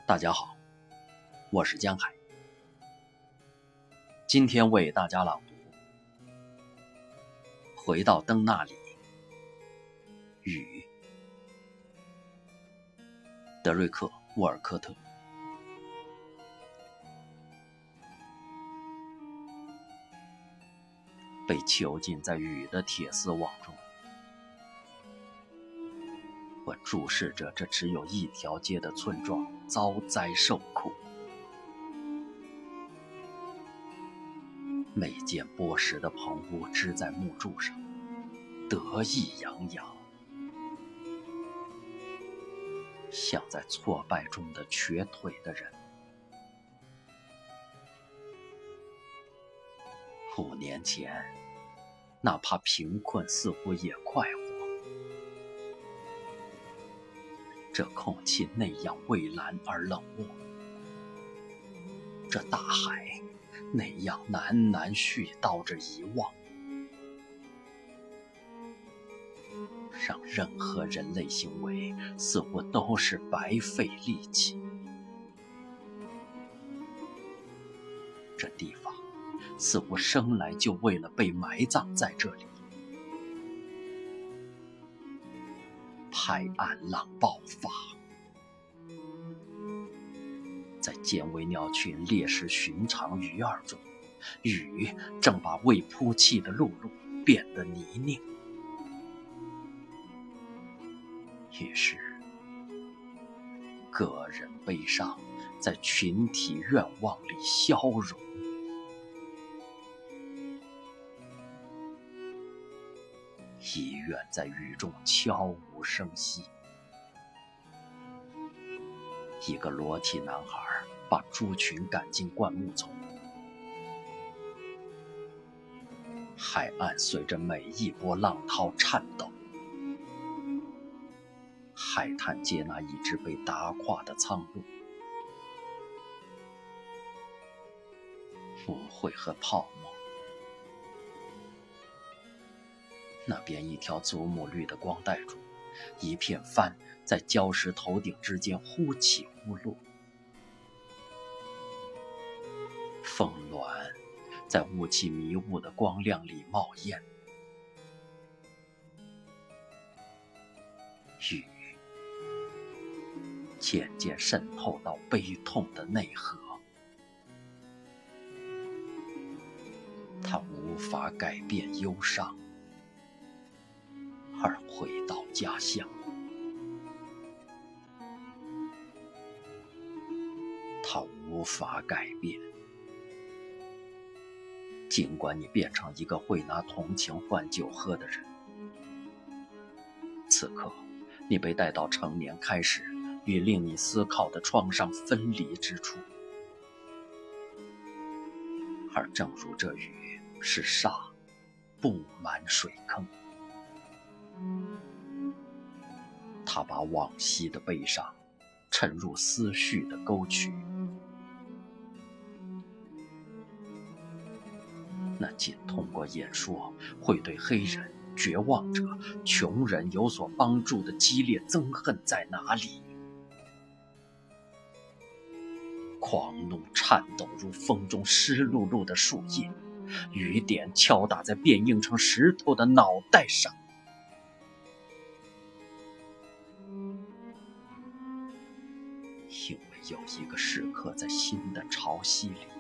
大家好，我是江海，今天为大家朗读《回到灯那里》，雨，德瑞克·沃尔科特。被囚禁在雨的铁丝网中，我注视着这只有一条街的村庄遭灾受苦，每间剥蚀的棚屋支在木柱上，得意洋洋，像在挫败中的瘸腿的人。5年前，哪怕贫困似乎也快活。这空气那样蔚蓝而冷漠，这大海那样喃喃絮叨着遗忘，让任何人类行为似乎都是白费力气。这地方似乎生来就为了被埋葬在这里。海岸浪爆发，在尖尾鸟群猎食寻常鱼儿中，雨正把未铺砌的陆路变得泥泞。于是，个人悲伤在群体愿望里消融。医院在雨中悄无声息。一个裸体男孩把猪群赶进灌木丛。海岸随着每一波浪涛颤抖。海滩接纳一只被打垮的苍鹭。误会和泡沫。那边一条祖母绿的光带中，一片帆在礁石头顶之间忽起忽落。风峦在雾气迷雾的光亮里冒烟。雨渐渐渗透到悲痛的内核。它无法改变忧伤，而回到家乡。它无法改变，尽管你变成一个会拿同情换酒喝的人。此刻，你被带到成年开始与令你思考的创伤分离之处。而正如这雨是沙，布满水坑，他把往昔的悲伤沉入思绪的沟渠。那仅通过演说会对黑人、绝望者、穷人有所帮助的激烈憎恨在哪里？狂怒颤抖如风中湿漉漉的树叶，雨点敲打在变硬成石头的脑袋上。因为有一个时刻在新的潮汐里，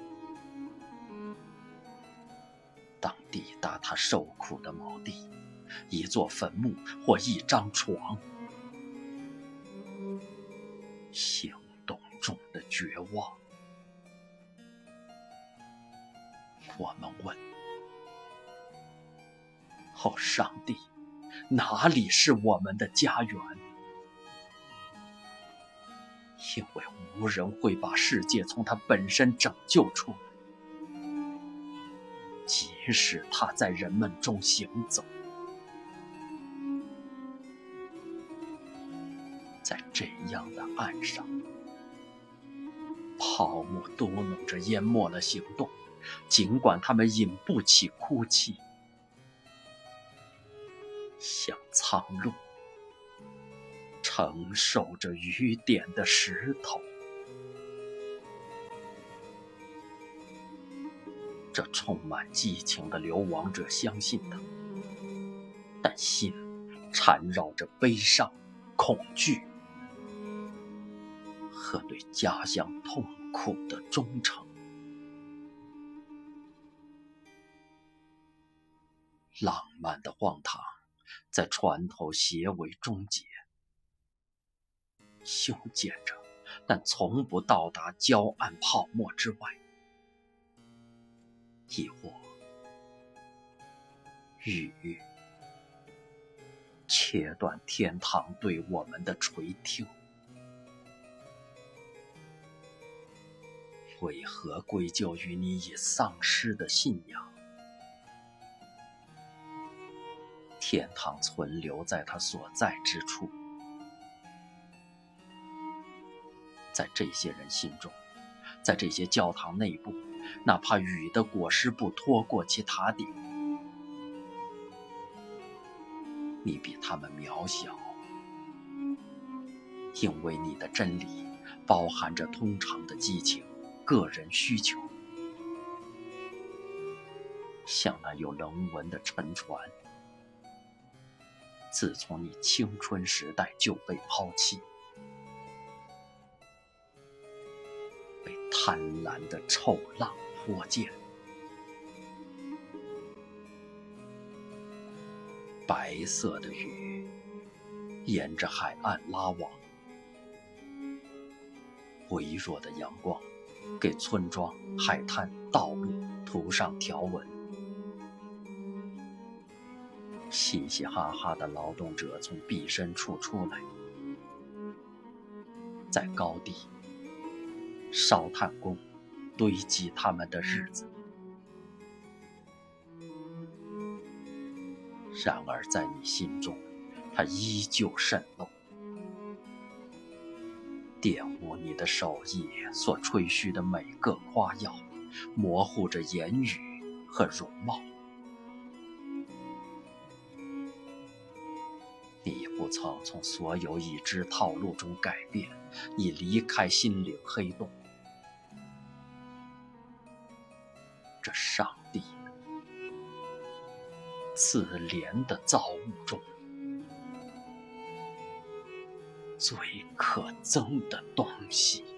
当抵达他受苦的锚地，一座坟墓或一张床，行动中的绝望。我们问：哦，上帝，哪里是我们的家园？因为无人会把世界从它本身拯救出来，即使它在人们中行走。在这样的岸上，泡沫嘟囔着淹没了行动，尽管他们引不起哭泣。像苍鹭承受着雨点的石头。 这充满激情的流亡者相信的，但心缠绕着悲伤、恐惧和对家乡痛苦的忠诚。浪漫的荒唐在船头斜尾终结，修建着，但从不到达礁岸泡沫之外。亦或雨切断天堂对我们的垂听。为何归咎于你已丧失的信仰？天堂存留在它所在之处。在这些人心中，在这些教堂内部，哪怕雨的裹尸布拖过其塔顶，你比他们渺小，因为你的真理包含着通常的激情、个人需求，像那有棱纹的沉船，自从你青春时代就被抛弃，被贪婪的臭浪泼溅。白色的雨沿着海岸拉网，微弱的阳光给村庄、海滩、道路涂上条纹。嘻嘻哈哈的劳动者从避身处出来，在高地烧炭工堆积他们的日子。然而在你心中，它依旧渗漏，玷污你的手艺所吹嘘的每个夸耀，模糊着言语和容貌。你不曾从所有已知套路中改变，已离开心灵黑洞。这上帝自怜的造物中最可憎的东西。